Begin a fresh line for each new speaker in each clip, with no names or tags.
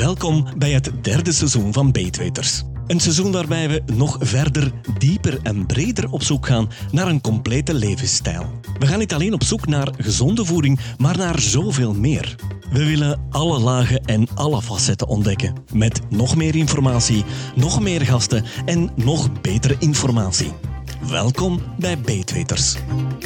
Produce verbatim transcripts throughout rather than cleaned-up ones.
Welkom bij het derde seizoen van Beetweters. Een seizoen waarbij we nog verder, dieper en breder op zoek gaan naar een complete levensstijl. We gaan niet alleen op zoek naar gezonde voeding, maar naar zoveel meer. We willen alle lagen en alle facetten ontdekken. Met nog meer informatie, nog meer gasten en nog betere informatie. Welkom bij Beetweters.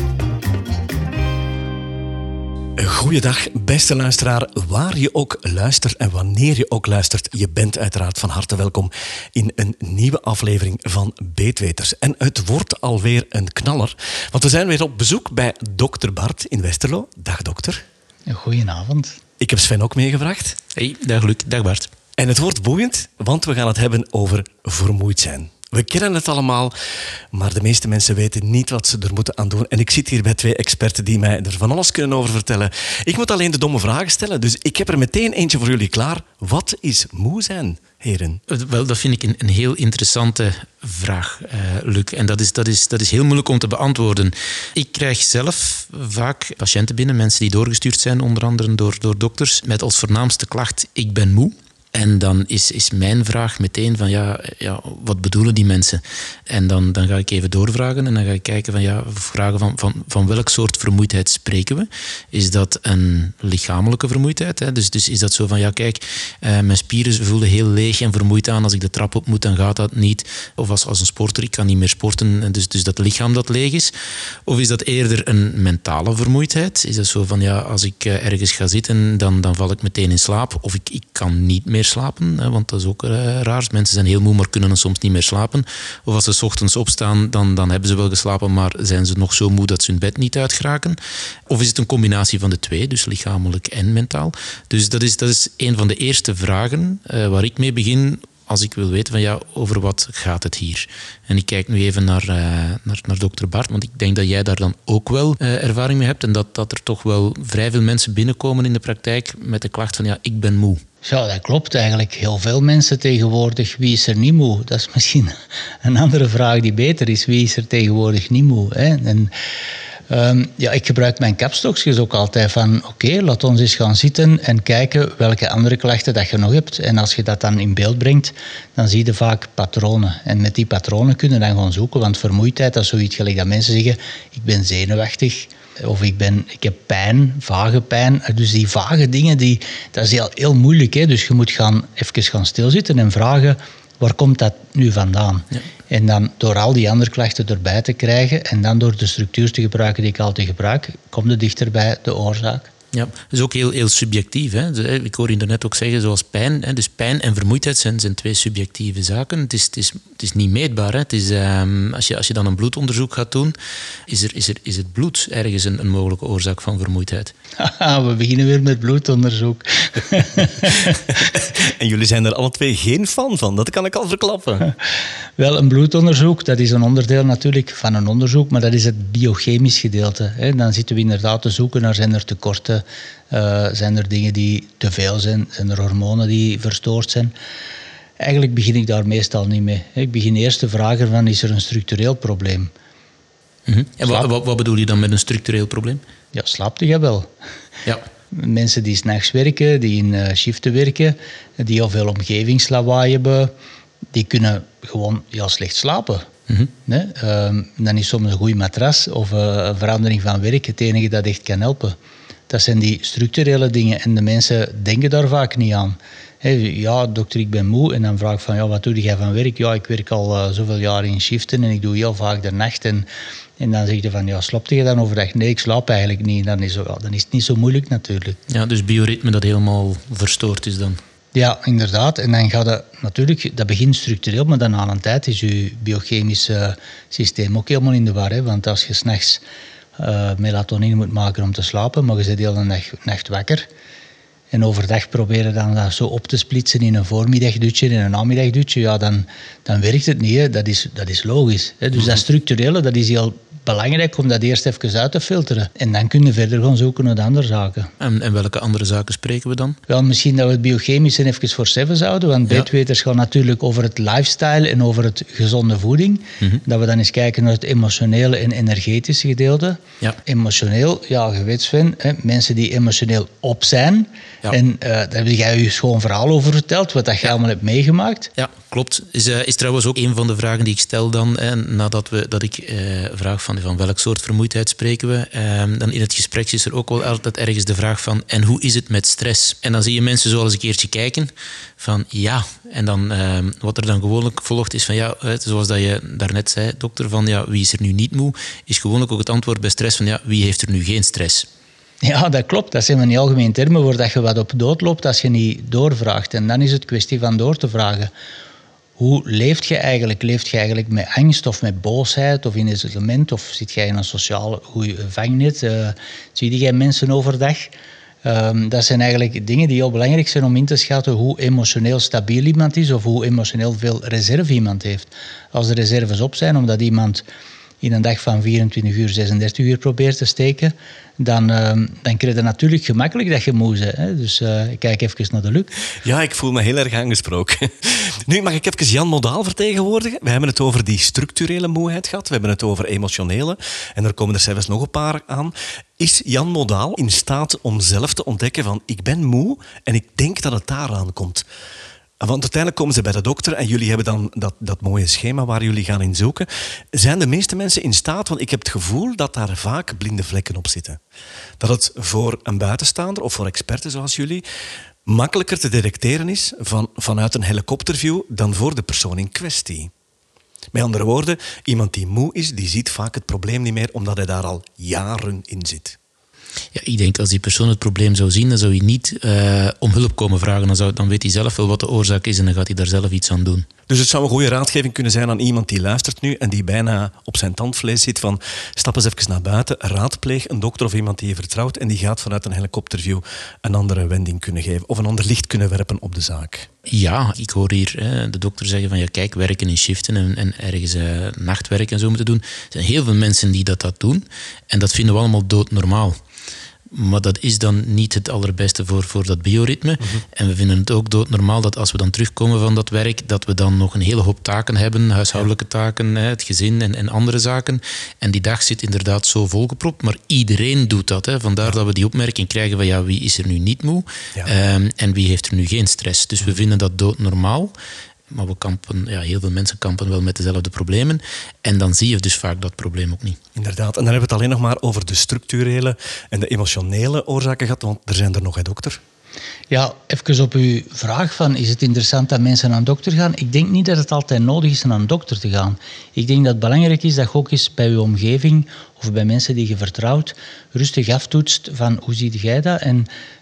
Goeiedag, beste luisteraar, waar je ook luistert en wanneer je ook luistert. Je bent uiteraard van harte welkom in een nieuwe aflevering van Beetweters. En het wordt alweer een knaller, want we zijn weer op bezoek bij dokter Bart in Westerlo. Dag dokter.
Goedenavond.
Ik heb Sven ook meegebracht.
Hey, dag Luc, dag Bart.
En het wordt boeiend, want we gaan het hebben over vermoeid zijn. We kennen het allemaal, maar de meeste mensen weten niet wat ze er moeten aan doen. En ik zit hier bij twee experten die mij er van alles kunnen over vertellen. Ik moet alleen de domme vragen stellen, dus ik heb er meteen eentje voor jullie klaar. Wat is moe zijn, heren?
Wel, dat vind ik een, een heel interessante vraag, uh, Luc. En dat is, dat, is, dat is heel moeilijk om te beantwoorden. Ik krijg zelf vaak patiënten binnen, mensen die doorgestuurd zijn, onder andere door, door dokters, met als voornaamste klacht, ik ben moe. En dan is, is mijn vraag meteen van, ja, ja, wat bedoelen die mensen? En dan, dan ga ik even doorvragen en dan ga ik kijken van, ja, vragen van, van, van welk soort vermoeidheid spreken we? Is dat een lichamelijke vermoeidheid? Hè? Dus, dus is dat zo van, ja, kijk, uh, mijn spieren voelen heel leeg en vermoeid aan. Als ik de trap op moet, dan gaat dat niet. Of als, als een sporter, ik kan niet meer sporten, dus, dus dat lichaam dat leeg is. Of is dat eerder een mentale vermoeidheid? Is dat zo van, ja, als ik uh, ergens ga zitten, dan, dan val ik meteen in slaap. Of ik, ik kan niet meer slapen, hè, want dat is ook uh, raar. Mensen zijn heel moe, maar kunnen soms niet meer slapen. Of als ze 's ochtends opstaan, dan, dan hebben ze wel geslapen, maar zijn ze nog zo moe dat ze hun bed niet uitgeraken. Of is het een combinatie van de twee, dus lichamelijk en mentaal. Dus dat is, dat is een van de eerste vragen uh, waar ik mee begin als ik wil weten van, ja, over wat gaat het hier? En ik kijk nu even naar, uh, naar, naar dokter Bart, want ik denk dat jij daar dan ook wel uh, ervaring mee hebt en dat, dat er toch wel vrij veel mensen binnenkomen in de praktijk met de klacht van, ja, ik ben moe.
Ja, dat klopt eigenlijk. Heel veel mensen tegenwoordig. Wie is er niet moe? Dat is misschien een andere vraag die beter is. Wie is er tegenwoordig niet moe? Hè? En, um, ja, ik gebruik mijn kapstokjes ook altijd van, oké, okay, laat ons eens gaan zitten en kijken welke andere klachten dat je nog hebt. En als je dat dan in beeld brengt, dan zie je vaak patronen. En met die patronen kunnen we dan gaan zoeken, want vermoeidheid, dat is zoiets gelijk dat mensen zeggen, ik ben zenuwachtig. Of ik, ben, ik heb pijn, vage pijn. Dus die vage dingen, die, dat is heel, heel moeilijk. Hè? Dus je moet gaan, even gaan stilzitten en vragen, waar komt dat nu vandaan? Ja. En dan door al die andere klachten erbij te krijgen en dan door de structuur te gebruiken die ik altijd gebruik, kom je dichter bij de oorzaak.
Ja, dat is ook heel, heel subjectief. Hè. Ik hoor je net ook zeggen, zoals pijn. Hè. Dus pijn en vermoeidheid zijn, zijn twee subjectieve zaken. Het is, het is, het is niet meetbaar. Hè. Het is, um, als, je, als je dan een bloedonderzoek gaat doen, is, er, is, er, is het bloed ergens een, een mogelijke oorzaak van vermoeidheid.
We beginnen weer met bloedonderzoek.
En jullie zijn er alle twee geen fan van, dat kan ik al verklappen.
Wel, een bloedonderzoek, dat is een onderdeel natuurlijk van een onderzoek, maar dat is het biochemisch gedeelte. Hè. Dan zitten we inderdaad te zoeken naar, zijn er tekorten, uh, zijn er dingen die te veel zijn, zijn er hormonen die verstoord zijn. Eigenlijk begin ik daar meestal niet mee. Ik begin eerst te vragen van, is er een structureel probleem?
Mm-hmm. En wat, wat, wat bedoel je dan met een structureel probleem?
Ja, slaapt je wel.
Ja.
Mensen die 's nachts werken, die in uh, shiften werken, die heel veel omgevingslawaai hebben, die kunnen gewoon heel slecht slapen. Mm-hmm. Nee? Uh, dan is soms een goede matras of uh, een verandering van werk het enige dat echt kan helpen. Dat zijn die structurele dingen en de mensen denken daar vaak niet aan. He, ja, dokter, ik ben moe. En dan vraag ik van, ja, wat doe jij van werk? Ja, ik werk al uh, zoveel jaar in shiften en ik doe heel vaak de nacht. En, en dan zeg je van, ja, slaapt je dan overdag? Nee, ik slaap eigenlijk niet. Dan is, ja, dan is het niet zo moeilijk natuurlijk.
Ja, dus bioritme dat helemaal verstoord is dan.
Ja, inderdaad. En dan gaat dat natuurlijk, dat begint structureel, maar dan na een tijd is je biochemische systeem ook helemaal in de war. Hè? Want als je 's nachts uh, melatonine moet maken om te slapen, maar je zit de hele nacht, nacht wakker. En overdag proberen dan dat zo op te splitsen in een voormiddagdutje en een namiddagdutje, ja, dan, dan werkt het niet. Hè? Dat is, dat is logisch. Hè? Dus mm-hmm. dat structurele, dat is heel belangrijk om dat eerst even uit te filteren. En dan kun je verder gaan zoeken naar de andere zaken.
En, en welke andere zaken spreken we dan?
Wel, misschien dat we het biochemisch even voor zeven houden, want ja. Beetweters gaan natuurlijk over het lifestyle en over het gezonde voeding. Mm-hmm. Dat we dan eens kijken naar het emotionele en energetische gedeelte. Ja. Emotioneel, ja, je weet Sven, hè, mensen die emotioneel op zijn,
Ja.
En uh, daar heb jij je gewoon verhaal over verteld, wat dat je ja. allemaal hebt meegemaakt.
Ja, klopt. Is, uh, is trouwens ook een van de vragen die ik stel dan, hè, nadat we, dat ik uh, vraag van, van welk soort vermoeidheid spreken we. Uh, dan in het gesprek is er ook wel altijd ergens de vraag van, en hoe is het met stress? En dan zie je mensen zo eens een keertje kijken van ja. En dan uh, wat er dan gewoonlijk volgt is van ja, zoals dat je daarnet zei, dokter, van ja, wie is er nu niet moe? Is gewoonlijk ook het antwoord bij stress van ja, wie heeft er nu geen stress?
Ja, dat klopt. Dat zijn van die algemene termen waar dat je wat op dood loopt als je niet doorvraagt. En dan is het kwestie van door te vragen. Hoe leeft je eigenlijk? Leeft je eigenlijk met angst of met boosheid of in isolement? Of zit jij in een sociaal goede vangnet? Uh, zie jij mensen overdag? Um, dat zijn eigenlijk dingen die heel belangrijk zijn om in te schatten hoe emotioneel stabiel iemand is of hoe emotioneel veel reserve iemand heeft. Als de reserves op zijn, omdat iemand in een dag van vierentwintig uur, zesendertig uur probeert te steken, dan, uh, dan krijg je natuurlijk gemakkelijk dat je moe bent. Hè? Dus uh, ik kijk even naar de Luc.
Ja, ik voel me heel erg aangesproken. Nu mag ik even Jan Modaal vertegenwoordigen. We hebben het over die structurele moeheid gehad. We hebben het over emotionele. En er komen er zelfs nog een paar aan. Is Jan Modaal in staat om zelf te ontdekken van ik ben moe en ik denk dat het daaraan komt? Want uiteindelijk komen ze bij de dokter en jullie hebben dan dat, dat mooie schema waar jullie gaan in zoeken. Zijn de meeste mensen in staat, want ik heb het gevoel dat daar vaak blinde vlekken op zitten. Dat het voor een buitenstaander of voor experten zoals jullie makkelijker te detecteren is van, vanuit een helikopterview dan voor de persoon in kwestie. Met andere woorden, iemand die moe is, die ziet vaak het probleem niet meer omdat hij daar al jaren in zit.
Ja, ik denk als die persoon het probleem zou zien, dan zou hij niet uh, om hulp komen vragen. Dan, zou, dan weet hij zelf wel wat de oorzaak is en dan gaat hij daar zelf iets aan doen.
Dus het zou een goede raadgeving kunnen zijn aan iemand die luistert nu en die bijna op zijn tandvlees zit van stap eens even naar buiten, raadpleeg een dokter of iemand die je vertrouwt en die gaat vanuit een helikopterview een andere wending kunnen geven of een ander licht kunnen werpen op de zaak.
Ja, ik hoor hier hè, de dokter zeggen van ja, kijk, werken in shiften en, en ergens uh, nachtwerk en zo moeten doen. Er zijn heel veel mensen die dat, dat doen en dat vinden we allemaal doodnormaal. Maar dat is dan niet het allerbeste voor, voor dat bioritme. Mm-hmm. En we vinden het ook doodnormaal dat als we dan terugkomen van dat werk, dat we dan nog een hele hoop taken hebben, huishoudelijke taken, het gezin en, en andere zaken. En die dag zit inderdaad zo volgepropt, maar iedereen doet dat. Hè. Vandaar ja. dat we die opmerking krijgen van ja, wie is er nu niet moe ja. um, en wie heeft er nu geen stress. Dus mm-hmm. we vinden dat doodnormaal. Maar we kampen, ja, heel veel mensen kampen wel met dezelfde problemen. En dan zie je dus vaak dat probleem ook niet.
Inderdaad. En dan hebben we het alleen nog maar over de structurele en de emotionele oorzaken gehad. Want er zijn er nog, hè, dokter?
Ja, even op uw vraag van is het interessant dat mensen naar een dokter gaan? Ik denk niet dat het altijd nodig is naar een dokter te gaan. Ik denk dat het belangrijk is dat je ook eens bij je omgeving of bij mensen die je vertrouwt rustig aftoetst van hoe zie jij dat? En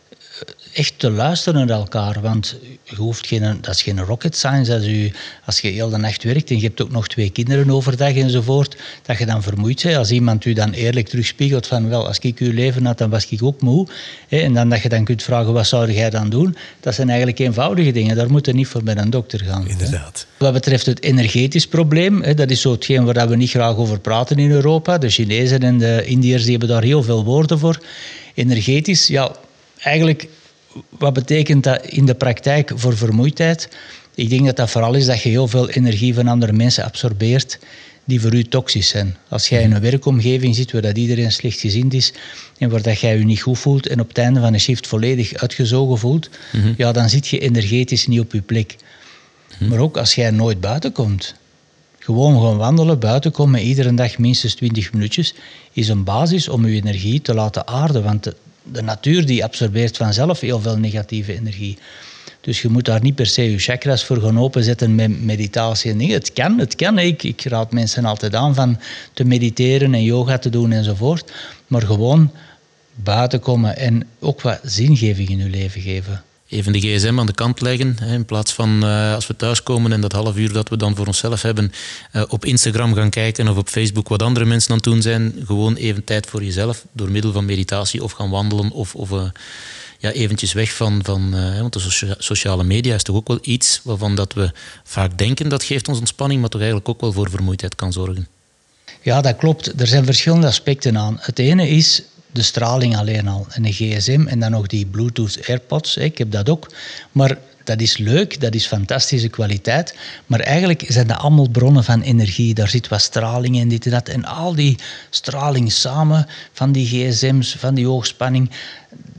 echt te luisteren naar elkaar, want je hoeft geen, dat is geen rocket science. Als, u, als je heel de nacht werkt en je hebt ook nog twee kinderen overdag enzovoort, dat je dan vermoeid bent. Als iemand u dan eerlijk terugspiegelt van wel, als ik uw leven had, dan was ik ook moe. En dan dat je dan kunt vragen, wat zou jij dan doen? Dat zijn eigenlijk eenvoudige dingen. Daar moet je niet voor bij een dokter gaan.
Inderdaad.
Wat betreft het energetisch probleem, dat is zo hetgeen waar we niet graag over praten in Europa. De Chinezen en de Indiërs die hebben daar heel veel woorden voor. Energetisch, ja, eigenlijk... Wat betekent dat in de praktijk voor vermoeidheid? Ik denk dat dat vooral is dat je heel veel energie van andere mensen absorbeert die voor u toxisch zijn. Als jij in een werkomgeving zit waar dat iedereen slechtgezind is en waar dat jij je niet goed voelt en op het einde van een shift volledig uitgezogen voelt, mm-hmm. ja, dan zit je energetisch niet op je plek. Mm-hmm. Maar ook als jij nooit buiten komt. Gewoon gaan wandelen, buiten komen, iedere dag minstens twintig minuutjes, is een basis om je energie te laten aarden. Want de, de natuur die absorbeert vanzelf heel veel negatieve energie. Dus je moet daar niet per se je chakras voor gaan openzetten met meditatie en dingen. Het kan, het kan. Ik, ik raad mensen altijd aan van te mediteren en yoga te doen enzovoort. Maar gewoon buiten komen en ook wat zingeving in je leven geven.
Even de gsm aan de kant leggen, in plaats van uh, als we thuiskomen en dat half uur dat we dan voor onszelf hebben, uh, op Instagram gaan kijken of op Facebook wat andere mensen aan het doen zijn. Gewoon even tijd voor jezelf door middel van meditatie of gaan wandelen of... of uh, ja, eventjes weg van, van uh, want de socia- sociale media is toch ook wel iets waarvan dat we vaak denken dat geeft ons ontspanning, maar toch eigenlijk ook wel voor vermoeidheid kan zorgen.
Ja, dat klopt. Er zijn verschillende aspecten aan. Het ene is de straling alleen al. En de gsm en dan nog die Bluetooth AirPods. Ik heb dat ook. Maar dat is leuk, dat is fantastische kwaliteit. Maar eigenlijk zijn dat allemaal bronnen van energie. Daar zit wat straling in, dit en dat. En al die straling samen van die gsm's, van die hoogspanning,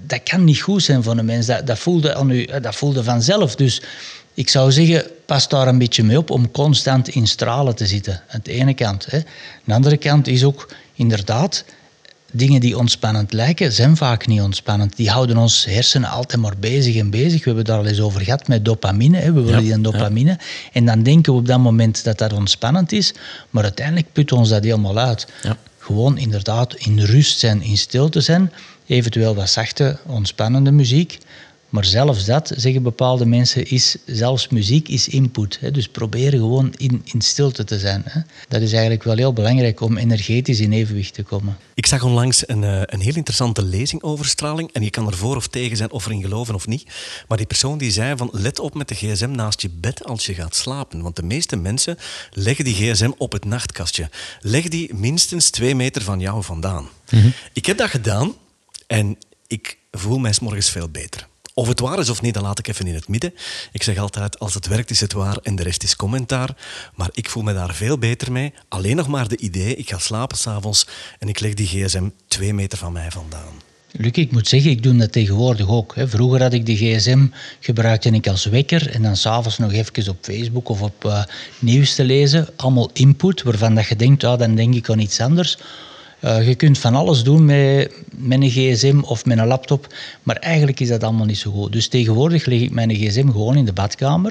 dat kan niet goed zijn voor een mens. Dat, dat, voelde aan u, dat voelde vanzelf. Dus ik zou zeggen, pas daar een beetje mee op om constant in stralen te zitten. Aan de ene kant. Hè. Aan de andere kant is ook inderdaad... Dingen die ontspannend lijken, zijn vaak niet ontspannend. Die houden ons hersenen altijd maar bezig en bezig. We hebben het daar al eens over gehad met dopamine. Hè. We willen ja, die dopamine. Ja. En dan denken we op dat moment dat dat ontspannend is. Maar uiteindelijk put ons dat helemaal uit. Ja. Gewoon inderdaad in rust zijn, in stilte zijn. Eventueel wat zachte, ontspannende muziek. Maar zelfs dat, zeggen bepaalde mensen, is, zelfs muziek is input. Hè. Dus proberen gewoon in, in stilte te zijn. Hè. Dat is eigenlijk wel heel belangrijk om energetisch in evenwicht te komen.
Ik zag onlangs een, een heel interessante lezing over straling. En je kan er voor of tegen zijn of erin geloven of niet. Maar die persoon die zei van, let op met de gsm naast je bed als je gaat slapen. Want de meeste mensen leggen die gsm op het nachtkastje. Leg die minstens twee meter van jou vandaan. Mm-hmm. Ik heb dat gedaan en ik voel mij 's morgens veel beter. Of het waar is of niet, dat laat ik even in het midden. Ik zeg altijd, als het werkt is het waar en de rest is commentaar. Maar ik voel me daar veel beter mee. Alleen nog maar de idee, ik ga slapen 's avonds en ik leg die gsm twee meter van mij vandaan.
Luc, ik moet zeggen, ik doe dat tegenwoordig ook. Vroeger had ik de gsm, gebruikte ik als wekker en dan 's avonds nog even op Facebook of op uh, nieuws te lezen. Allemaal input, waarvan dat je denkt, oh, dan denk ik aan iets anders. Uh, je kunt van alles doen met, met een gsm of met een laptop, maar eigenlijk is dat allemaal niet zo goed. Dus tegenwoordig leg ik mijn gsm gewoon in de badkamer.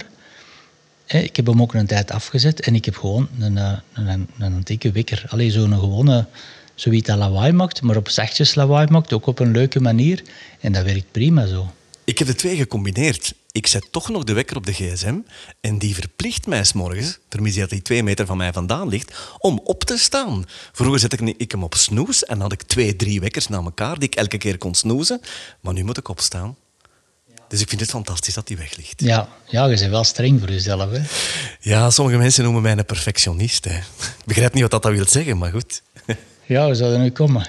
Eh, ik heb hem ook een tijd afgezet en ik heb gewoon een, een, een, een dikke wekker. Alleen zo'n gewone, zoiets dat lawaai maakt, maar op zachtjes lawaai maakt, ook op een leuke manier. En dat werkt prima zo.
Ik heb de twee gecombineerd. Ik zet toch nog de wekker op de gsm en die verplicht mij 's morgens, vermits dat die twee meter van mij vandaan ligt, om op te staan. Vroeger zette ik hem op snoes en had ik twee, drie wekkers na elkaar die ik elke keer kon snoezen. Maar nu moet ik opstaan. Dus ik vind het fantastisch dat die weg ligt.
Ja, ja, je bent wel streng voor jezelf. Hè?
Ja, sommige mensen noemen mij een perfectionist. Hè. Ik begrijp niet wat dat, dat wil zeggen, maar goed.
Ja, we zouden nu komen.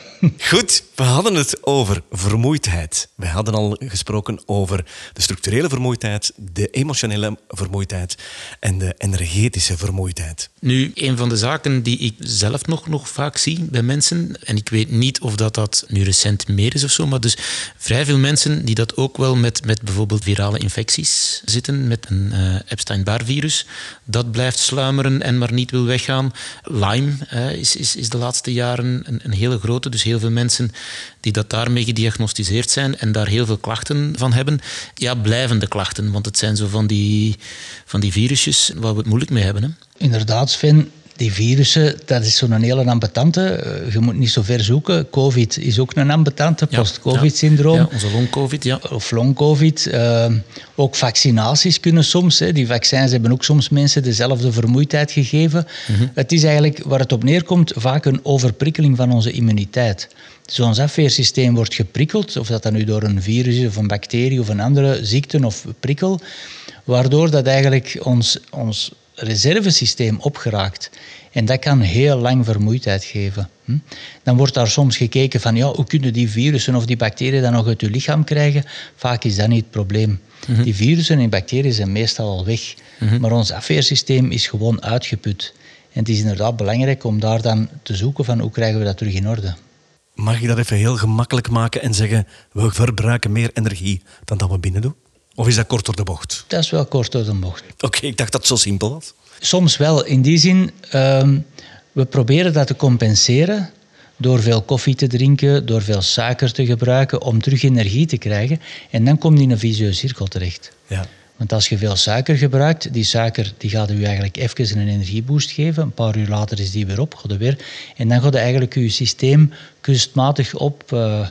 Goed, we hadden het over vermoeidheid. We hadden al gesproken over de structurele vermoeidheid, de emotionele vermoeidheid en de energetische vermoeidheid.
Nu, een van de zaken die ik zelf nog, nog vaak zie bij mensen, en ik weet niet of dat, dat nu recent meer is of zo, maar dus vrij veel mensen die dat ook wel met, met bijvoorbeeld virale infecties zitten, met een uh, Epstein-Barr-virus, dat blijft sluimeren en maar niet wil weggaan. Lyme uh, is, is, is de laatste jaren een, een hele grote, dus heel veel mensen die dat daarmee gediagnosticeerd zijn en daar heel veel klachten van hebben. Ja, blijvende klachten, want het zijn zo van die, van die virusjes waar we het moeilijk mee hebben. Hè?
Inderdaad, Sven. Die virussen, dat is zo'n hele ambetante. Je moet niet zo ver zoeken. Covid is ook een ambetante, post-covid-syndroom.
Ja, ja, onze long-covid, ja.
Of long-covid. Uh, ook vaccinaties kunnen soms. Hè. Die vaccins hebben ook soms mensen dezelfde vermoeidheid gegeven. Mm-hmm. Het is eigenlijk, waar het op neerkomt, vaak een overprikkeling van onze immuniteit. Dus ons afweersysteem wordt geprikkeld, of dat dan nu door een virus is, of een bacterie, of een andere ziekte of prikkel, waardoor dat eigenlijk ons... ons reservesysteem opgeraakt. En dat kan heel lang vermoeidheid geven. Dan wordt daar soms gekeken van, ja, hoe kunnen die virussen of die bacteriën dan nog uit je lichaam krijgen? Vaak is dat niet het probleem. Mm-hmm. Die virussen en bacteriën zijn meestal al weg. Mm-hmm. Maar ons afweersysteem is gewoon uitgeput. En het is inderdaad belangrijk om daar dan te zoeken van, hoe krijgen we dat terug in orde?
Mag ik dat even heel gemakkelijk maken en zeggen, we verbruiken meer energie dan dat we binnen doen? Of is dat kort door de bocht?
Dat is wel kort door de bocht.
Oké, okay, ik dacht dat het zo simpel was.
Soms wel. In die zin, uh, we proberen dat te compenseren door veel koffie te drinken, door veel suiker te gebruiken, om terug energie te krijgen. En dan kom je in een vicieuze cirkel terecht. Ja. Want als je veel suiker gebruikt, die suiker die gaat u eigenlijk even een energieboost geven. Een paar uur later is die weer op, gaat er weer. En dan gaat eigenlijk je systeem kunstmatig op... Uh,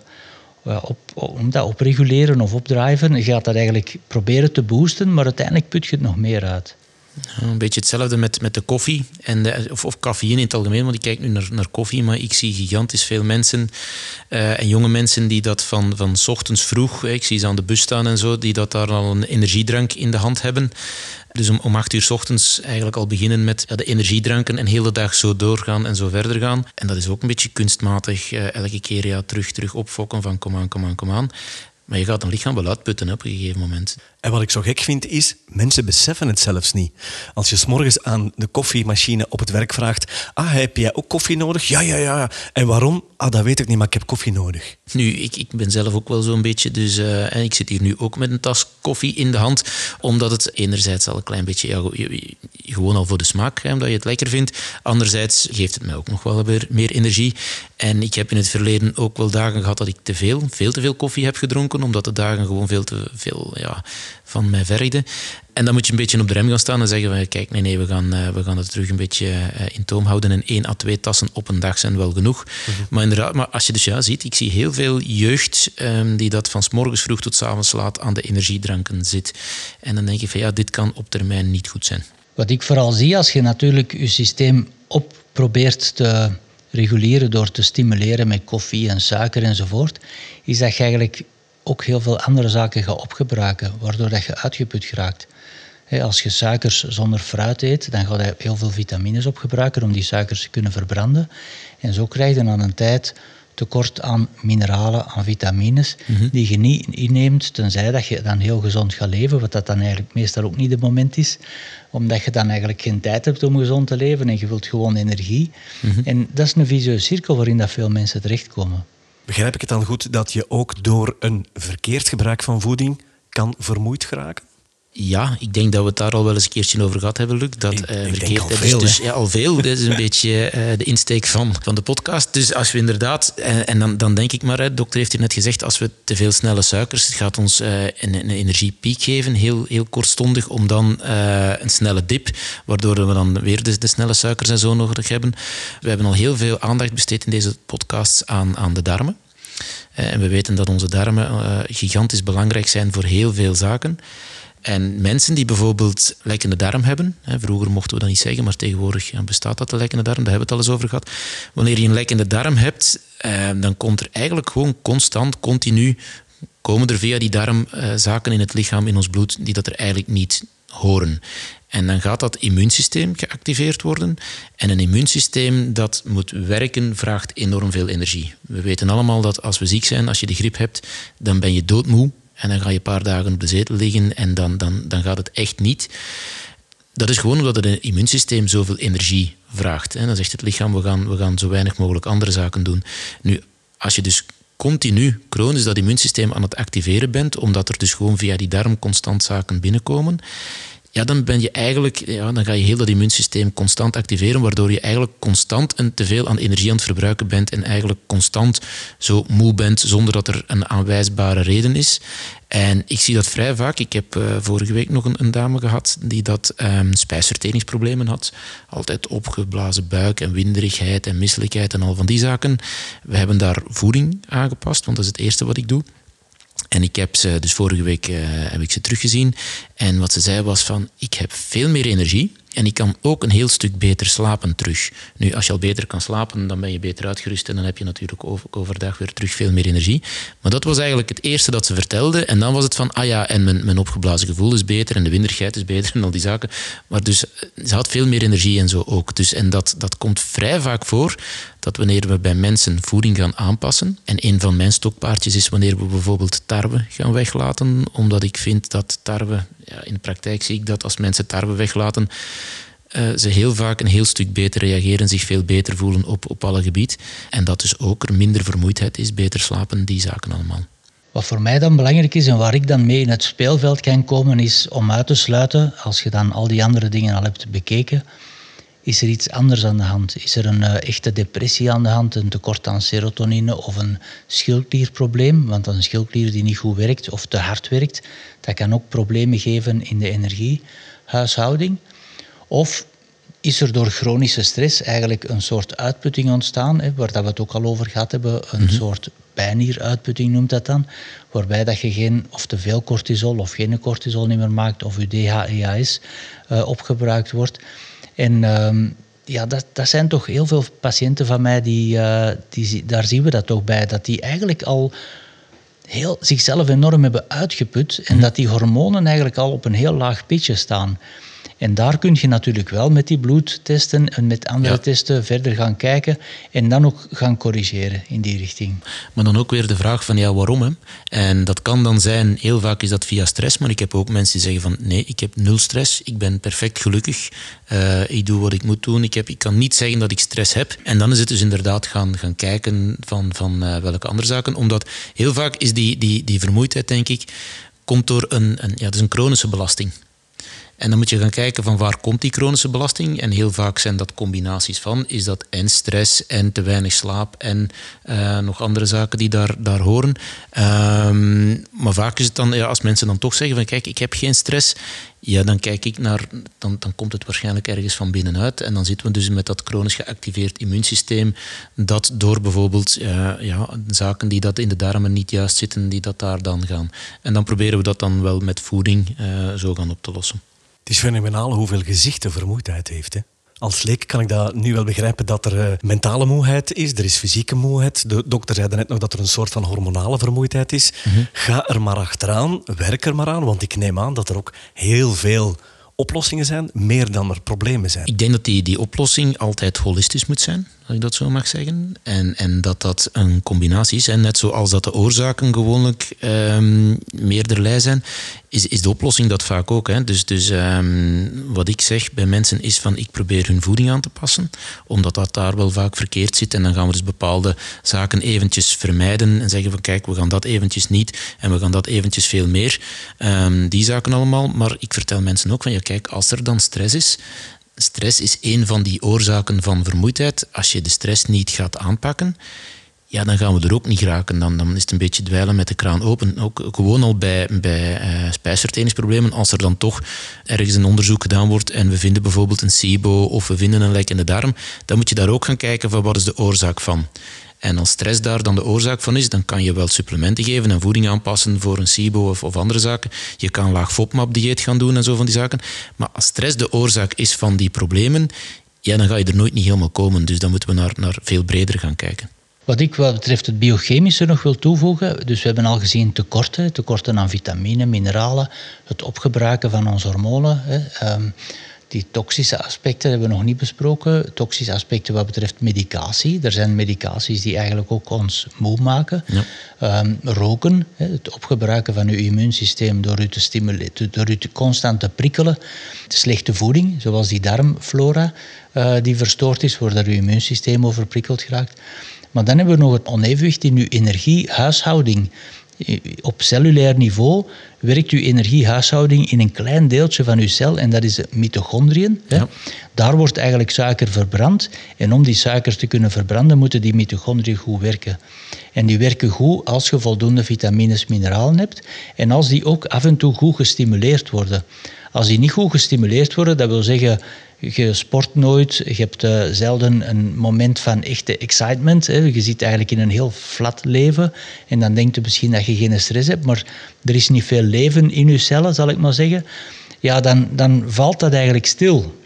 Op, om dat op reguleren of opdrijven, je gaat dat eigenlijk proberen te boosten, maar uiteindelijk put je het nog meer uit.
Ja, een beetje hetzelfde met, met de koffie, en de, of, of cafeïne in het algemeen, want ik kijk nu naar, naar koffie, maar ik zie gigantisch veel mensen, uh, en jonge mensen die dat van, van 's ochtends vroeg, ik zie ze aan de bus staan en zo, die dat daar al een energiedrank in de hand hebben. Dus om, om acht uur 's ochtends eigenlijk al beginnen met ja, de energiedranken en de hele dag zo doorgaan en zo verder gaan. En dat is ook een beetje kunstmatig. Uh, elke keer ja, terug, terug opfokken van kom aan, kom aan, kom aan. Maar je gaat een lichaam wel uitputten op een gegeven moment.
En wat ik zo gek vind is, mensen beseffen het zelfs niet. Als je 's morgens aan de koffiemachine op het werk vraagt, ah, heb jij ook koffie nodig? Ja, ja, ja. En waarom? Ah, dat weet ik niet, maar ik heb koffie nodig.
Nu, ik, ik ben zelf ook wel zo'n beetje, dus uh, en ik zit hier nu ook met een tas koffie in de hand, omdat het enerzijds al een klein beetje, ja, gewoon al voor de smaak, hè, omdat je het lekker vindt. Anderzijds geeft het mij ook nog wel weer meer energie. En ik heb in het verleden ook wel dagen gehad dat ik te veel, veel te veel koffie heb gedronken, omdat de dagen gewoon veel te veel ja, van mij vergden. En dan moet je een beetje op de rem gaan staan en zeggen van, kijk, nee, nee, we gaan, uh, we gaan het terug een beetje uh, in toom houden en één à twee tassen op een dag zijn wel genoeg. Mm-hmm. Maar inderdaad, maar als je dus ja ziet, ik zie heel veel jeugd um, die dat van 's morgens vroeg tot 's avonds laat aan de energiedranken zit. En dan denk je van, ja, dit kan op termijn niet goed zijn.
Wat ik vooral zie, als je natuurlijk je systeem op probeert te reguleren door te stimuleren met koffie en suiker enzovoort, is dat je eigenlijk ook heel veel andere zaken gaat opgebruiken, waardoor dat je uitgeput geraakt. Als je suikers zonder fruit eet, dan ga je heel veel vitamines opgebruiken om die suikers te kunnen verbranden. En zo krijg je aan een tijd tekort aan mineralen, aan vitamines, mm-hmm. die je niet inneemt, tenzij dat je dan heel gezond gaat leven, wat dat dan eigenlijk meestal ook niet het moment is, omdat je dan eigenlijk geen tijd hebt om gezond te leven en je wilt gewoon energie. Mm-hmm. En dat is een vicieuze cirkel waarin dat veel mensen terechtkomen.
Begrijp ik het dan goed dat je ook door een verkeerd gebruik van voeding kan vermoeid geraken?
Ja, ik denk dat we het daar al wel eens een keertje over gehad hebben, Luc. Dat,
ik,
uh,
ik
verkeerd
al
hebben.
veel,
dus, ja, al veel. Dat is een beetje uh, de insteek van, van de podcast. Dus als we inderdaad, uh, en dan, dan denk ik maar, hè, de dokter heeft hier net gezegd, als we te veel snelle suikers, het gaat ons uh, een, een energiepiek geven, heel, heel kortstondig, om dan uh, een snelle dip, waardoor we dan weer de, de snelle suikers en zo nodig hebben. We hebben al heel veel aandacht besteed in deze podcasts aan, aan de darmen. Uh, en we weten dat onze darmen uh, gigantisch belangrijk zijn voor heel veel zaken. En mensen die bijvoorbeeld lekkende darm hebben, hè, vroeger mochten we dat niet zeggen, maar tegenwoordig ja, bestaat dat, de lekkende darm, daar hebben we het al eens over gehad. Wanneer je een lekkende darm hebt, eh, dan komt er eigenlijk gewoon constant, continu, komen er via die darm eh, zaken in het lichaam, in ons bloed, die dat er eigenlijk niet horen. En dan gaat dat immuunsysteem geactiveerd worden. En een immuunsysteem dat moet werken, vraagt enorm veel energie. We weten allemaal dat als we ziek zijn, als je de griep hebt, dan ben je doodmoe. En dan ga je een paar dagen op de zetel liggen en dan, dan, dan gaat het echt niet. Dat is gewoon omdat het immuunsysteem zoveel energie vraagt. Dan zegt het lichaam, we gaan, we gaan zo weinig mogelijk andere zaken doen. Nu, als je dus continu, chronisch, dat immuunsysteem aan het activeren bent, omdat er dus gewoon via die darm constant zaken binnenkomen, ja, dan ben je eigenlijk, ja, dan ga je heel dat immuunsysteem constant activeren, waardoor je eigenlijk constant een teveel aan energie aan het verbruiken bent en eigenlijk constant zo moe bent, zonder dat er een aanwijsbare reden is. En ik zie dat vrij vaak. Ik heb uh, vorige week nog een, een dame gehad die dat um, spijsverteringsproblemen had. Altijd opgeblazen buik en winderigheid en misselijkheid en al van die zaken. We hebben daar voeding aangepast, want dat is het eerste wat ik doe. En ik heb ze, dus vorige week uh, heb ik ze teruggezien. En wat ze zei was van, ik heb veel meer energie en ik kan ook een heel stuk beter slapen terug. Nu, als je al beter kan slapen, dan ben je beter uitgerust en dan heb je natuurlijk overdag weer terug veel meer energie. Maar dat was eigenlijk het eerste dat ze vertelde. En dan was het van, ah ja, en mijn, mijn opgeblazen gevoel is beter en de winderigheid is beter en al die zaken. Maar dus, ze had veel meer energie en zo ook. Dus, en dat, dat komt vrij vaak voor, dat wanneer we bij mensen voeding gaan aanpassen, en een van mijn stokpaardjes is wanneer we bijvoorbeeld tarwe gaan weglaten, omdat ik vind dat tarwe, ja, in de praktijk zie ik dat als mensen tarwe weglaten, uh, ze heel vaak een heel stuk beter reageren, zich veel beter voelen op, op alle gebied. En dat dus ook er minder vermoeidheid is, beter slapen, die zaken allemaal.
Wat voor mij dan belangrijk is en waar ik dan mee in het speelveld kan komen, is om uit te sluiten, als je dan al die andere dingen al hebt bekeken, is er iets anders aan de hand? Is er een uh, echte depressie aan de hand, een tekort aan serotonine of een schildklierprobleem? Want een schildklier die niet goed werkt of te hard werkt, dat kan ook problemen geven in de energiehuishouding. Of is er door chronische stress eigenlijk een soort uitputting ontstaan, hè, waar dat we het ook al over gehad hebben, een mm-hmm. soort bijnieruitputting noemt dat dan, waarbij dat je geen of te veel cortisol of geen cortisol niet meer maakt of je D H E A S uh, opgebruikt wordt. En uh, ja, dat, dat zijn toch heel veel patiënten van mij, die, uh, die, daar zien we dat toch bij, dat die eigenlijk al heel, zichzelf enorm hebben uitgeput en mm. dat die hormonen eigenlijk al op een heel laag pitje staan. En daar kun je natuurlijk wel met die bloedtesten en met andere
Ja.
testen verder gaan kijken en dan ook gaan corrigeren in die richting.
Maar dan ook weer de vraag van ja, waarom? Hè? En dat kan dan zijn, heel vaak is dat via stress, maar ik heb ook mensen die zeggen van nee, ik heb nul stress, ik ben perfect gelukkig, uh, ik doe wat ik moet doen, ik, heb, ik kan niet zeggen dat ik stress heb. En dan is het dus inderdaad gaan, gaan kijken van, van uh, welke andere zaken, omdat heel vaak is die, die, die vermoeidheid, denk ik, komt door een, een, ja, dat is een chronische belasting. En dan moet je gaan kijken van waar komt die chronische belasting. En heel vaak zijn dat combinaties van. Is dat en stress en te weinig slaap en uh, nog andere zaken die daar, daar horen. Um, maar vaak is het dan, ja, als mensen dan toch zeggen van kijk, ik heb geen stress. Ja, dan kijk ik naar, dan, dan komt het waarschijnlijk ergens van binnenuit. En dan zitten we dus met dat chronisch geactiveerd immuunsysteem. Dat door bijvoorbeeld uh, ja, zaken die dat in de darmen niet juist zitten, die dat daar dan gaan. En dan proberen we dat dan wel met voeding uh, zo gaan op te lossen.
Het is fenomenaal hoeveel gezichten vermoeidheid heeft. Hè? Als leek kan ik dat nu wel begrijpen dat er uh, mentale moeheid is, er is fysieke moeheid. De dokter zei net nog dat er een soort van hormonale vermoeidheid is. Mm-hmm. Ga er maar achteraan, werk er maar aan, want ik neem aan dat er ook heel veel oplossingen zijn, meer dan er problemen zijn.
Ik denk dat die, die oplossing altijd holistisch moet zijn, als ik dat zo mag zeggen. En, en dat dat een combinatie is. En net zoals dat de oorzaken gewoonlijk um, meerderlei zijn, is, is de oplossing dat vaak ook. Hè. Dus, dus um, wat ik zeg bij mensen is van ik probeer hun voeding aan te passen, omdat dat daar wel vaak verkeerd zit. En dan gaan we dus bepaalde zaken eventjes vermijden en zeggen van kijk, we gaan dat eventjes niet en we gaan dat eventjes veel meer. Um, die zaken allemaal. Maar ik vertel mensen ook van ja, kijk, als er dan stress is, stress is een van die oorzaken van vermoeidheid. Als je de stress niet gaat aanpakken, ja, dan gaan we er ook niet geraken. Dan, dan is het een beetje dweilen met de kraan open. Ook gewoon al bij, bij uh, spijsverteringsproblemen. Als er dan toch ergens een onderzoek gedaan wordt en we vinden bijvoorbeeld een SIBO of we vinden een lek in de darm, dan moet je daar ook gaan kijken van wat is de oorzaak van. En als stress daar dan de oorzaak van is, dan kan je wel supplementen geven en voeding aanpassen voor een SIBO of, of andere zaken. Je kan laag FODMAP-dieet gaan doen en zo van die zaken. Maar als stress de oorzaak is van die problemen, ja, dan ga je er nooit niet helemaal komen. Dus dan moeten we naar, naar veel breder gaan kijken.
Wat ik wat betreft het biochemische nog wil toevoegen, dus we hebben al gezien tekorten, tekorten aan vitamine, mineralen, het opgebruiken van onze hormonen. Hè. Um, Die toxische aspecten hebben we nog niet besproken. Toxische aspecten wat betreft medicatie. Er zijn medicaties die eigenlijk ook ons moe maken. Ja. Um, roken, het opgebruiken van uw immuunsysteem door u te stimuleren, door u te constant te prikkelen. Slechte voeding, zoals die darmflora uh, die verstoord is, waardoor uw immuunsysteem overprikkeld geraakt. Maar dan hebben we nog het onevenwicht in uw energiehuishouding. Op cellulair niveau werkt uw energiehuishouding in een klein deeltje van uw cel en dat is de mitochondriën. Ja. Daar wordt eigenlijk suiker verbrand en om die suiker te kunnen verbranden moeten die mitochondriën goed werken. En die werken goed als je voldoende vitamines, mineralen hebt en als die ook af en toe goed gestimuleerd worden. Als die niet goed gestimuleerd worden, dat wil zeggen je sport nooit, je hebt uh, zelden een moment van echte excitement. Hè. Je zit eigenlijk in een heel flat leven en dan denk je misschien dat je geen stress hebt, maar er is niet veel leven in je cellen, zal ik maar zeggen. Ja, dan, dan valt dat eigenlijk stil.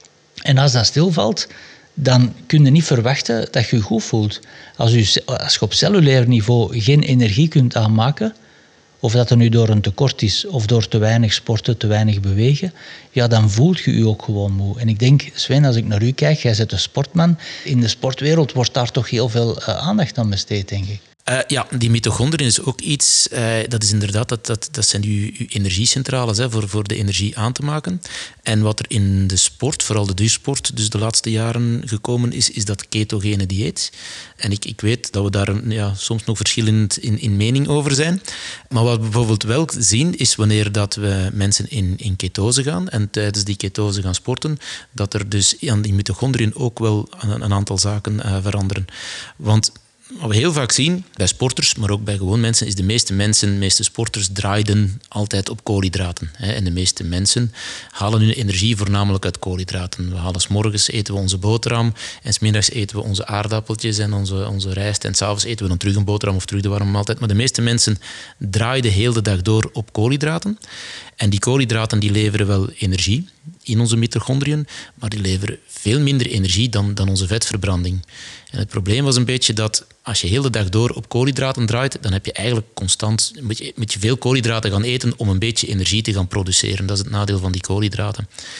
En als dat stilvalt, dan kun je niet verwachten dat je je goed voelt. Als je, als je op cellulair niveau geen energie kunt aanmaken, of dat er nu door een tekort is, of door te weinig sporten, te weinig bewegen, ja, dan voelt je je ook gewoon moe. En ik denk, Sven, als ik naar u kijk, jij bent een sportman. In de sportwereld wordt daar toch heel veel uh, aandacht aan besteed, denk ik.
Uh, ja, die mitochondriën is ook iets, uh, dat is inderdaad, dat, dat, dat zijn uw, uw energiecentrales hè, voor, voor de energie aan te maken. En wat er in de sport, vooral de duursport, dus de laatste jaren gekomen is, is dat ketogene dieet. En ik, ik weet dat we daar ja, soms nog verschillend in, in mening over zijn. Maar wat we bijvoorbeeld wel zien, is wanneer dat we mensen in, in ketose gaan en tijdens die ketose gaan sporten, dat er dus aan die mitochondriën ook wel een, een aantal zaken uh, veranderen. Want wat we heel vaak zien, bij sporters, maar ook bij gewoon mensen, is de meeste mensen, de meeste sporters draaien altijd op koolhydraten. En de meeste mensen halen hun energie voornamelijk uit koolhydraten. We halen 's morgens eten we onze boterham en 's middags eten we onze aardappeltjes en onze, onze rijst en 's avonds eten we dan terug een boterham of terug de warme maaltijd. Maar de meeste mensen draaien de hele dag door op koolhydraten. En die koolhydraten die leveren wel energie in onze mitochondriën, maar die leveren veel minder energie dan, dan onze vetverbranding. En het probleem was een beetje dat als je heel de dag door op koolhydraten draait, dan heb je eigenlijk constant moet je, moet je veel koolhydraten gaan eten om een beetje energie te gaan produceren. Dat is het nadeel van die koolhydraten.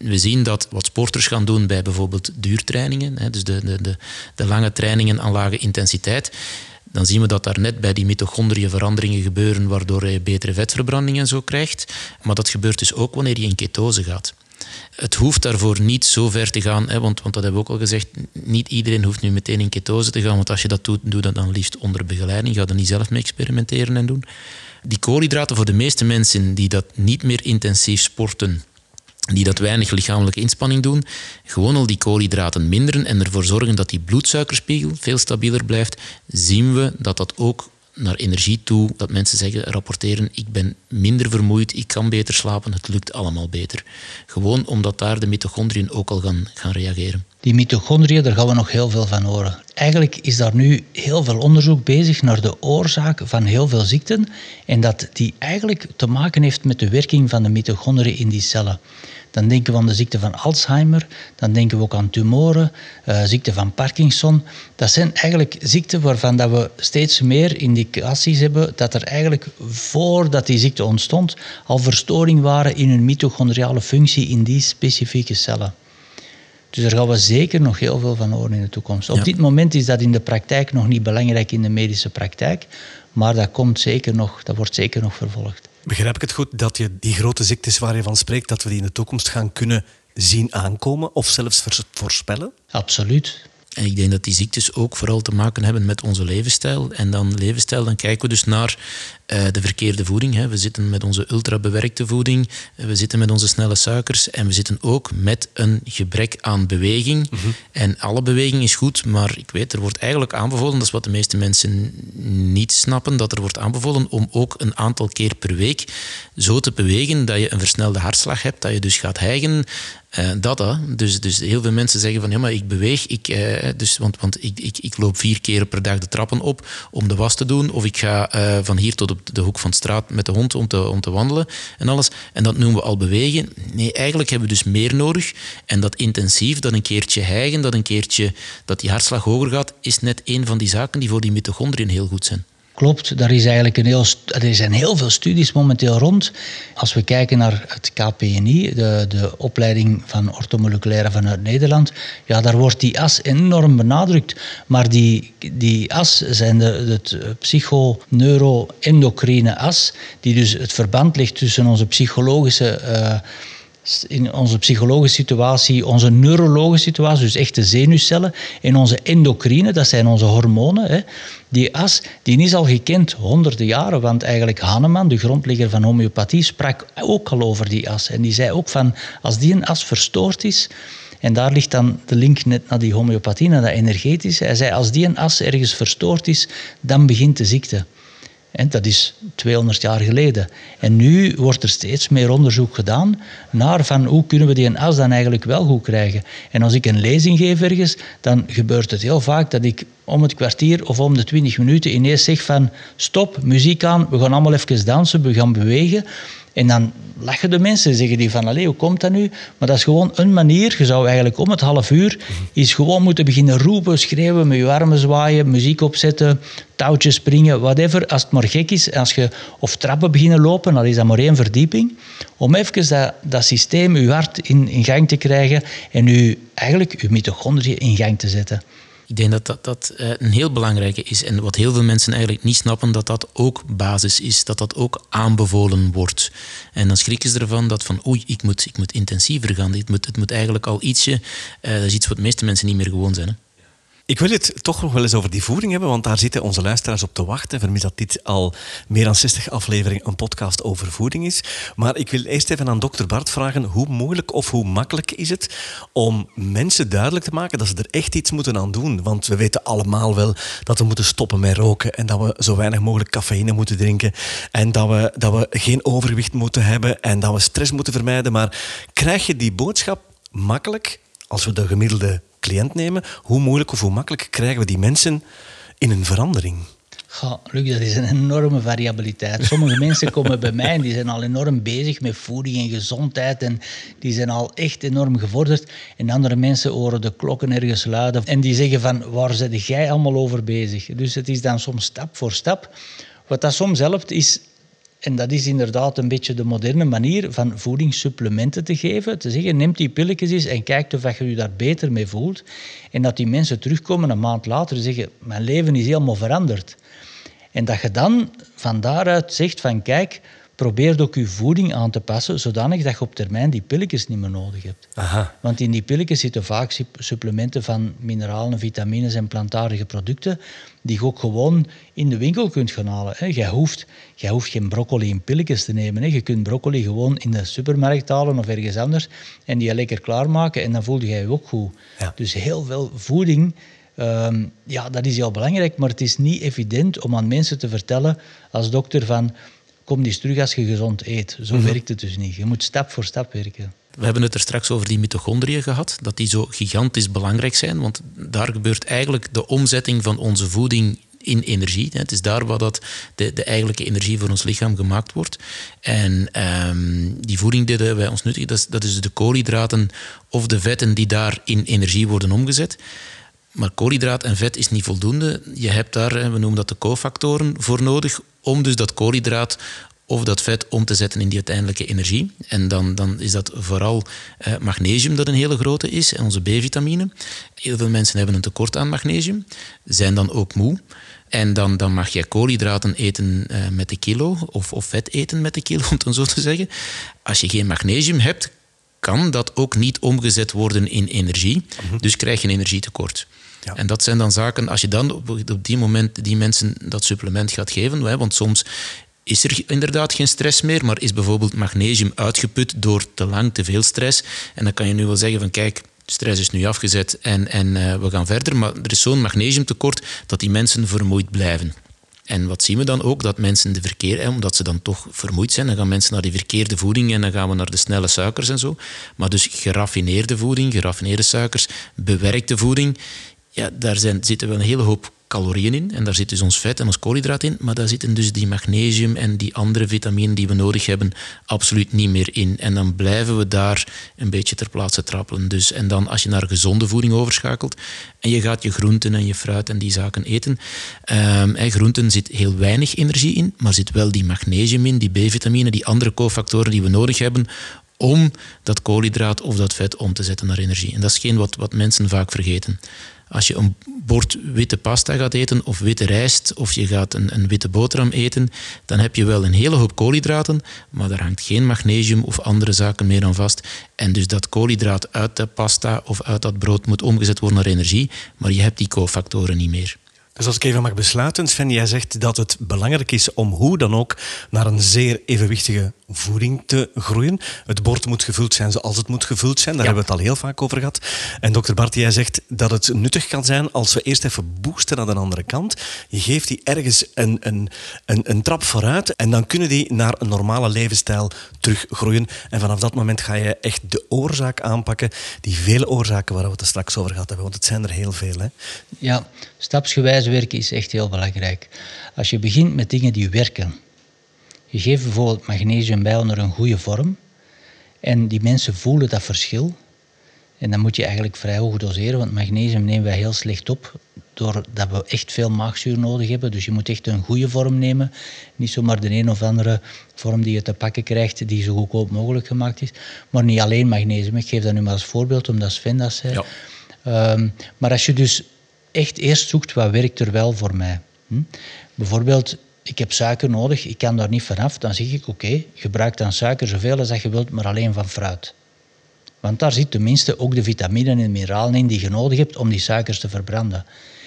We zien dat wat sporters gaan doen bij bijvoorbeeld duurtrainingen, hè, dus de, de, de, de lange trainingen aan lage intensiteit, dan zien we dat daar net bij die mitochondriën veranderingen gebeuren, waardoor je betere vetverbranding en zo krijgt. Maar dat gebeurt dus ook wanneer je in ketose gaat. Het hoeft daarvoor niet zo ver te gaan, hè, want, want dat hebben we ook al gezegd, niet iedereen hoeft nu meteen in ketose te gaan, want als je dat doet, doe dat dan liefst onder begeleiding. Ga er niet zelf mee experimenteren en doen. Die koolhydraten voor de meeste mensen die dat niet meer intensief sporten, die dat weinig lichamelijke inspanning doen, gewoon al die koolhydraten minderen en ervoor zorgen dat die bloedsuikerspiegel veel stabieler blijft, zien we dat dat ook naar energie toe, dat mensen zeggen, rapporteren, ik ben minder vermoeid, ik kan beter slapen, het lukt allemaal beter. Gewoon omdat daar de mitochondriën ook al gaan, gaan reageren.
Die mitochondriën, daar gaan we nog heel veel van horen. Eigenlijk is daar nu heel veel onderzoek bezig naar de oorzaak van heel veel ziekten en dat die eigenlijk te maken heeft met de werking van de mitochondriën in die cellen. Dan denken we aan de ziekte van Alzheimer, dan denken we ook aan tumoren, uh, ziekte van Parkinson. Dat zijn eigenlijk ziekten waarvan dat we steeds meer indicaties hebben dat er eigenlijk voordat die ziekte ontstond al verstoringen waren in hun mitochondriale functie in die specifieke cellen. Dus daar gaan we zeker nog heel veel van horen in de toekomst. Op ja. dit moment is dat in de praktijk nog niet belangrijk in de medische praktijk, maar dat komt zeker nog, dat wordt zeker nog vervolgd.
Begrijp ik het goed dat je die grote ziektes waar je van spreekt, dat we die in de toekomst gaan kunnen zien aankomen of zelfs voorspellen?
Absoluut.
En ik denk dat die ziektes ook vooral te maken hebben met onze levensstijl. En dan levensstijl, dan kijken we dus naar uh, de verkeerde voeding. Hè. We zitten met onze ultrabewerkte voeding, we zitten met onze snelle suikers en we zitten ook met een gebrek aan beweging. Mm-hmm. En alle beweging is goed, maar ik weet, er wordt eigenlijk aanbevolen, dat is wat de meeste mensen niet snappen, dat er wordt aanbevolen om ook een aantal keer per week zo te bewegen dat je een versnelde hartslag hebt, dat je dus gaat hijgen. Uh, dat, hè. Dus, dus heel veel mensen zeggen van ja, maar ik beweeg, ik, uh, dus, want, want ik, ik, ik loop vier keer per dag de trappen op om de was te doen, of ik ga uh, van hier tot op de hoek van de straat met de hond om te, om te wandelen en alles. En dat noemen we al bewegen. Nee, eigenlijk hebben we dus meer nodig. En dat intensief, dat een keertje hijgen, dat een keertje dat die hartslag hoger gaat, is net een van die zaken die voor die mitochondriën heel goed zijn.
Klopt, daar is eigenlijk een heel, er zijn heel veel studies momenteel rond. Als we kijken naar het K P N I, de, de opleiding van orthomoleculaire vanuit Nederland, ja, daar wordt die as enorm benadrukt. Maar die, die as zijn de, de psycho-neuro-endocrine as, die dus het verband legt tussen onze psychologische... Uh, in onze psychologische situatie, onze neurologische situatie, dus echt de zenuwcellen, en onze endocrine, dat zijn onze hormonen. Hè. Die as die is al gekend honderden jaren, want eigenlijk Hahnemann, de grondlegger van homeopathie, sprak ook al over die as. En die zei ook van, als die een as verstoord is, en daar ligt dan de link net naar die homeopathie, naar dat energetische, hij zei, als die een as ergens verstoord is, dan begint de ziekte. En dat is tweehonderd jaar geleden. En nu wordt er steeds meer onderzoek gedaan naar van hoe kunnen we die een as dan eigenlijk wel goed krijgen. En als ik een lezing geef ergens, dan gebeurt het heel vaak dat ik om het kwartier of om de twintig minuten ineens zeg van stop, muziek aan, we gaan allemaal even dansen, we gaan bewegen. En dan lachen de mensen, zeggen die van, allee, hoe komt dat nu? Maar dat is gewoon een manier. Je zou eigenlijk om het half uur is gewoon moeten beginnen roepen, schreeuwen, met je armen zwaaien, muziek opzetten, touwtjes springen, whatever. Als het maar gek is, als je of trappen beginnen lopen, dan is dat maar één verdieping. Om even dat, dat systeem, je hart in, in gang te krijgen en je, eigenlijk je mitochondriën in gang te zetten.
Ik denk dat dat, dat een heel belangrijke is. En wat heel veel mensen eigenlijk niet snappen, dat dat ook basis is. Dat dat ook aanbevolen wordt. En dan schrikken ze ervan dat van oei, ik moet, ik moet intensiever gaan. Het moet, het moet eigenlijk al ietsje... Uh, dat is iets wat de meeste mensen niet meer gewoon zijn. Hè?
Ik wil het toch nog wel eens over die voeding hebben, want daar zitten onze luisteraars op te wachten. Vermis dat dit al meer dan zestig afleveringen een podcast over voeding is. Maar ik wil eerst even aan dokter Bart vragen, hoe moeilijk of hoe makkelijk is het om mensen duidelijk te maken dat ze er echt iets moeten aan doen? Want we weten allemaal wel dat we moeten stoppen met roken en dat we zo weinig mogelijk cafeïne moeten drinken en dat we, dat we geen overgewicht moeten hebben en dat we stress moeten vermijden. Maar krijg je die boodschap makkelijk als we de gemiddelde cliënt nemen? Hoe moeilijk of hoe makkelijk krijgen we die mensen in een verandering?
Goh, Luc, dat is een enorme variabiliteit. Sommige mensen komen bij mij en die zijn al enorm bezig met voeding en gezondheid en die zijn al echt enorm gevorderd. En andere mensen horen de klokken ergens luiden en die zeggen van, waar zit jij allemaal over bezig? Dus het is dan soms stap voor stap. Wat dat soms helpt is En dat is inderdaad een beetje de moderne manier van voedingssupplementen te geven. Te zeggen, neem die pilletjes eens en kijk of je je daar beter mee voelt. En dat die mensen terugkomen een maand later en zeggen, mijn leven is helemaal veranderd. En dat je dan van daaruit zegt van kijk, probeer ook je voeding aan te passen, zodanig dat je op termijn die pilletjes niet meer nodig hebt.
Aha.
Want in die pilletjes zitten vaak supplementen van mineralen, vitamines en plantaardige producten, die je ook gewoon in de winkel kunt gaan halen. Jij hoeft, jij hoeft geen broccoli in pilletjes te nemen. Je kunt broccoli gewoon in de supermarkt halen of ergens anders en die lekker klaarmaken en dan voel je je ook goed.
Ja.
Dus heel veel voeding, um, ja, dat is heel belangrijk, maar het is niet evident om aan mensen te vertellen als dokter van kom eens terug als je gezond eet. Zo mm-hmm. werkt het dus niet. Je moet stap voor stap werken.
We hebben het er straks over die mitochondriën gehad, dat die zo gigantisch belangrijk zijn, want daar gebeurt eigenlijk de omzetting van onze voeding in energie. Het is daar waar dat de, de eigenlijke energie voor ons lichaam gemaakt wordt. En um, die voeding die wij ons nuttigen, dat is, dat is de koolhydraten of de vetten die daar in energie worden omgezet. Maar koolhydraat en vet is niet voldoende. Je hebt daar, we noemen dat de cofactoren, voor nodig om dus dat koolhydraat of dat vet om te zetten in die uiteindelijke energie. En dan, dan is dat vooral uh, magnesium dat een hele grote is en onze B-vitamine. Heel veel mensen hebben een tekort aan magnesium, zijn dan ook moe. En dan, dan mag je koolhydraten eten uh, met de kilo of, of vet eten met de kilo, om het dan zo te zeggen. Als je geen magnesium hebt, kan dat ook niet omgezet worden in energie. Mm-hmm. Dus krijg je een energietekort. Ja. En dat zijn dan zaken, als je dan op, op die moment die mensen dat supplement gaat geven, hè, want soms is er inderdaad geen stress meer, maar is bijvoorbeeld magnesium uitgeput door te lang, te veel stress. En dan kan je nu wel zeggen van kijk, stress is nu afgezet en, en uh, we gaan verder, maar er is zo'n magnesiumtekort dat die mensen vermoeid blijven. En wat zien we dan ook? Dat mensen de verkeer, omdat ze dan toch vermoeid zijn, dan gaan mensen naar die verkeerde voeding en dan gaan we naar de snelle suikers en zo. Maar dus geraffineerde voeding, geraffineerde suikers, bewerkte voeding, ja, daar zijn, zitten wel een hele hoop calorieën in. En daar zit dus ons vet en ons koolhydraat in. Maar daar zitten dus die magnesium en die andere vitaminen die we nodig hebben absoluut niet meer in. En dan blijven we daar een beetje ter plaatse trappelen. Dus, en dan als je naar gezonde voeding overschakelt en je gaat je groenten en je fruit en die zaken eten. Um, en groenten zit heel weinig energie in, maar zit wel die magnesium in, die B-vitamine, die andere cofactoren die we nodig hebben om dat koolhydraat of dat vet om te zetten naar energie. En dat is geen wat, wat mensen vaak vergeten. Als je een bord witte pasta gaat eten of witte rijst of je gaat een, een witte boterham eten, dan heb je wel een hele hoop koolhydraten, maar daar hangt geen magnesium of andere zaken meer aan vast. En dus dat koolhydraat uit de pasta of uit dat brood moet omgezet worden naar energie, maar je hebt die cofactoren niet meer.
Dus als ik even mag besluiten, Sven, jij zegt dat het belangrijk is om hoe dan ook naar een zeer evenwichtige voeding te groeien. Het bord moet gevuld zijn zoals het moet gevuld zijn. Daar ja. hebben we het al heel vaak over gehad. En dokter Bart, jij zegt dat het nuttig kan zijn als we eerst even boosten aan de andere kant. Je geeft die ergens een, een, een, een trap vooruit en dan kunnen die naar een normale levensstijl teruggroeien. En vanaf dat moment ga je echt de oorzaak aanpakken. Die vele oorzaken waar we het er straks over gehad hebben. Want het zijn er heel veel. Hè?
Ja, stapsgewijs werken is echt heel belangrijk. Als je begint met dingen die werken. Je geeft bijvoorbeeld magnesium bij onder een goede vorm. En die mensen voelen dat verschil. En dan moet je eigenlijk vrij hoog doseren, want magnesium nemen wij heel slecht op, doordat we echt veel maagzuur nodig hebben. Dus je moet echt een goede vorm nemen. Niet zomaar de een of andere vorm die je te pakken krijgt, die zo goedkoop mogelijk gemaakt is. Maar niet alleen magnesium. Ik geef dat nu maar als voorbeeld, omdat Sven dat zei. Ja. Um, maar als je dus echt eerst zoekt, wat werkt er wel voor mij? Hm? Bijvoorbeeld, ik heb suiker nodig, ik kan daar niet vanaf. Dan zeg ik, oké, okay, gebruik dan suiker zoveel als dat je wilt, maar alleen van fruit. Want daar zit tenminste ook de vitamine en mineralen in die je nodig hebt om die suikers te verbranden.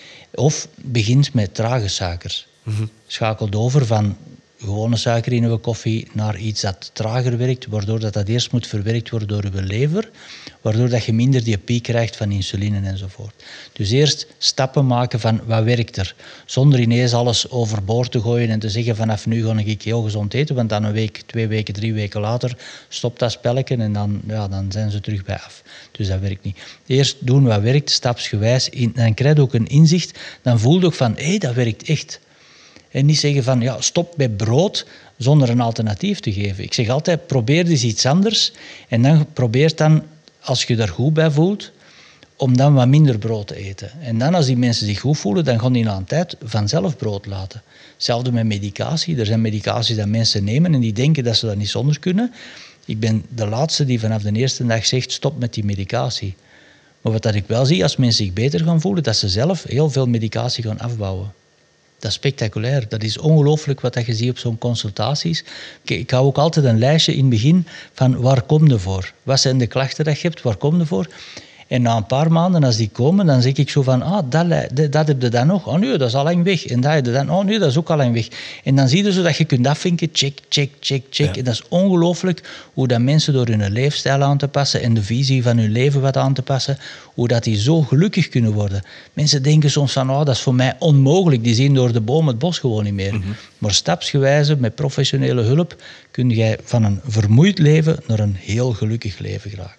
Of begint met trage suikers. Mm-hmm. Schakelt over van gewone suiker in uw koffie naar iets dat trager werkt, waardoor dat, dat eerst moet verwerkt worden door uw lever, waardoor dat je minder die piek krijgt van insuline enzovoort. Dus eerst stappen maken van wat werkt er, zonder ineens alles overboord te gooien en te zeggen vanaf nu ga ik heel gezond eten, want dan een week, twee weken, drie weken later stopt dat spelletje en dan, ja, dan zijn ze terug bij af. Dus dat werkt niet. Eerst doen wat werkt, stapsgewijs, dan krijg je ook een inzicht, dan voel je ook van, hé, hey, dat werkt echt. En niet zeggen van, ja, stop met brood zonder een alternatief te geven. Ik zeg altijd, probeer eens iets anders. En dan probeer dan, als je daar goed bij voelt, om dan wat minder brood te eten. En dan als die mensen zich goed voelen, dan gaan die na een tijd vanzelf brood laten. Hetzelfde met medicatie. Er zijn medicaties dat mensen nemen en die denken dat ze dat niet zonder kunnen. Ik ben de laatste die vanaf de eerste dag zegt, stop met die medicatie. Maar wat dat ik wel zie, als mensen zich beter gaan voelen, dat ze zelf heel veel medicatie gaan afbouwen. Dat is spectaculair. Dat is ongelooflijk wat dat je ziet op zo'n consultaties. Ik, ik hou ook altijd een lijstje in het begin van waar kom je voor? Wat zijn de klachten dat je hebt? Waar kom je voor? En na een paar maanden, als die komen, dan zeg ik zo van, ah, dat, dat, dat heb je dan nog. Oh nee, dat is al lang weg. En dat heb je dan, oh nee, dat is ook al lang weg. En dan zie je zo dat je kunt afvinken, check, check, check, check. Ja. En dat is ongelooflijk hoe dat mensen door hun leefstijl aan te passen en de visie van hun leven wat aan te passen, hoe dat die zo gelukkig kunnen worden. Mensen denken soms van, oh, dat is voor mij onmogelijk. Die zien door de boom het bos gewoon niet meer. Mm-hmm. Maar stapsgewijze, met professionele hulp, kun jij van een vermoeid leven naar een heel gelukkig leven geraken.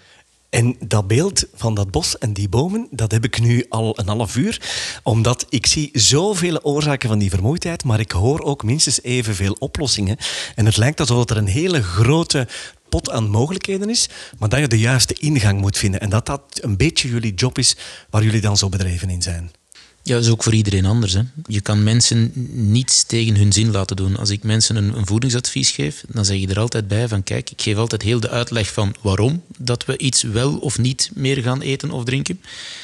En dat beeld van dat bos en die bomen, dat heb ik nu al een half uur. Omdat ik zie zoveel oorzaken van die vermoeidheid, maar ik hoor ook minstens evenveel oplossingen. En het lijkt alsof er een hele grote pot aan mogelijkheden is, maar dat je de juiste ingang moet vinden. En dat dat een beetje jullie job is, waar jullie dan zo bedreven in zijn.
Ja, dat is ook voor iedereen anders. Hè. Je kan mensen niets tegen hun zin laten doen. Als ik mensen een, een voedingsadvies geef, dan zeg je er altijd bij van kijk, ik geef altijd heel de uitleg van waarom dat we iets wel of niet meer gaan eten of drinken.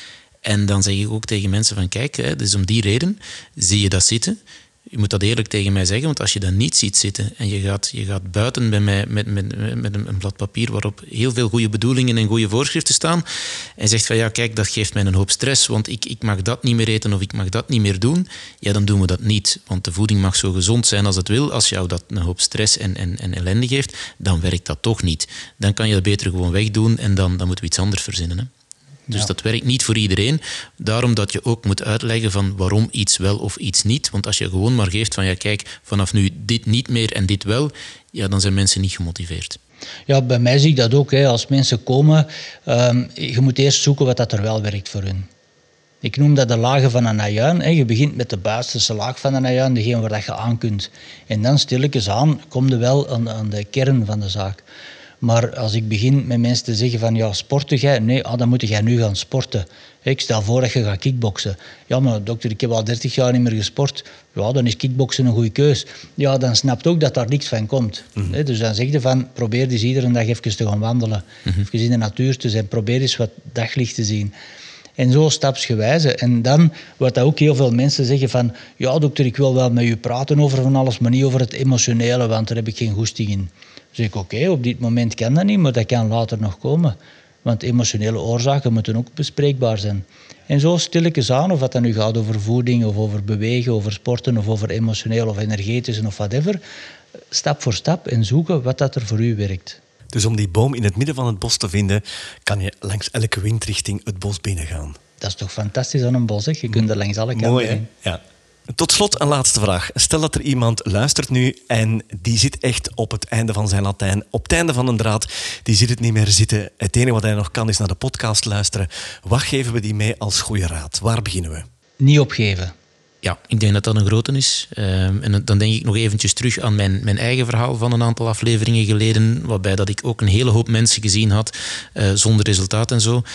En dan zeg ik ook tegen mensen van kijk, hè, dus om die reden zie je dat zitten. Je moet dat eerlijk tegen mij zeggen, want als je dat niet ziet zitten en je gaat, je gaat buiten bij mij met, met, met een, een blad papier waarop heel veel goede bedoelingen en goede voorschriften staan en zegt van ja, kijk, dat geeft mij een hoop stress, want ik, ik mag dat niet meer eten of ik mag dat niet meer doen, ja, dan doen we dat niet. Want de voeding mag zo gezond zijn als het wil. Als jou dat een hoop stress en, en, en ellende geeft, dan werkt dat toch niet. Dan kan je dat beter gewoon wegdoen en dan, dan moeten we iets anders verzinnen, hè. Dus ja. Dat werkt niet voor iedereen. Daarom dat je ook moet uitleggen van waarom iets wel of iets niet. Want als je gewoon maar geeft van ja, kijk, vanaf nu dit niet meer en dit wel, ja, dan zijn mensen niet gemotiveerd.
Ja, bij mij zie ik dat ook. Hè. Als mensen komen, um, je moet eerst zoeken wat dat er wel werkt voor hun. Ik noem dat de lagen van een ajuin. Hè. Je begint met de buitenste laag van een ajuin, degene waar dat je aan kunt. En dan stilletjes aan kom je wel aan, aan de kern van de zaak. Maar als ik begin met mensen te zeggen van ja, sporten jij? Nee, ah, dan moet jij nu gaan sporten. Ik stel voor dat je gaat kickboksen. Ja, maar dokter, ik heb al dertig jaar niet meer gesport. Ja, dan is kickboksen een goede keus. Ja, dan snapt ook dat daar niks van komt. Mm-hmm. Dus dan zeg je van, probeer dus iedere dag even te gaan wandelen. Mm-hmm. Even in de natuur te zijn. Probeer eens wat daglicht te zien. En zo stapsgewijze. En dan wordt dat ook heel veel mensen zeggen van ja, dokter, ik wil wel met u praten over van alles, maar niet over het emotionele, want daar heb ik geen goesting in. Dan zeg ik, oké, okay, op dit moment kan dat niet, maar dat kan later nog komen. Want emotionele oorzaken moeten ook bespreekbaar zijn. En zo stilletjes aan, of dat dan nu gaat over voeding, of over bewegen, over sporten, of over emotioneel of energetisch of whatever, stap voor stap en zoeken wat dat er voor u werkt.
Dus om die boom in het midden van het bos te vinden, kan je langs elke windrichting het bos binnengaan.
Dat is toch fantastisch aan een bos, hè? Je kunt er langs alle kanten heen.
Ja. Tot slot een laatste vraag. Stel dat er iemand luistert nu en die zit echt op het einde van zijn Latijn, op het einde van een draad, die ziet het niet meer zitten. Het enige wat hij nog kan is naar de podcast luisteren. Wat geven we die mee als goede raad? Waar beginnen we?
Niet opgeven.
Ja, ik denk dat dat een grote is. Uh, en dan denk ik nog eventjes terug aan mijn, mijn eigen verhaal van een aantal afleveringen geleden, waarbij dat ik ook een hele hoop mensen gezien had, uh, zonder resultaat en zo.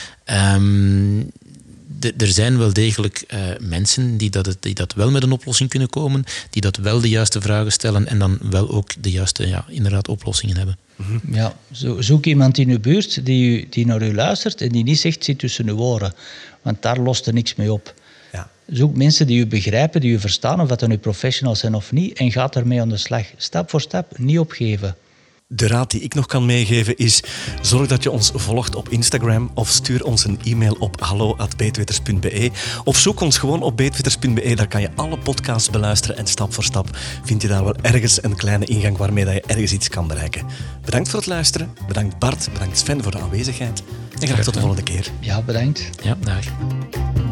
Um, de, er zijn wel degelijk uh, mensen die dat, die dat wel met een oplossing kunnen komen, die dat wel de juiste vragen stellen en dan wel ook de juiste, ja, inderdaad, oplossingen hebben.
Ja, zo, zoek iemand in uw buurt die, die naar u luistert en die niet zegt, zit tussen uw oren. Want daar lost er niks mee op. Ja. Zoek mensen die u begrijpen, die u verstaan, of dat dan nu professionals zijn of niet, en ga ermee aan de slag. Stap voor stap, niet opgeven.
De raad die ik nog kan meegeven is, zorg dat je ons volgt op Instagram of stuur ons een e-mail op hallo at beetweters punt be of zoek ons gewoon op beetweters punt be. Daar kan je alle podcasts beluisteren en stap voor stap vind je daar wel ergens een kleine ingang waarmee dat je ergens iets kan bereiken. Bedankt voor het luisteren. Bedankt Bart, bedankt Sven voor de aanwezigheid en graag tot de volgende keer.
Ja, bedankt.
Ja, dag.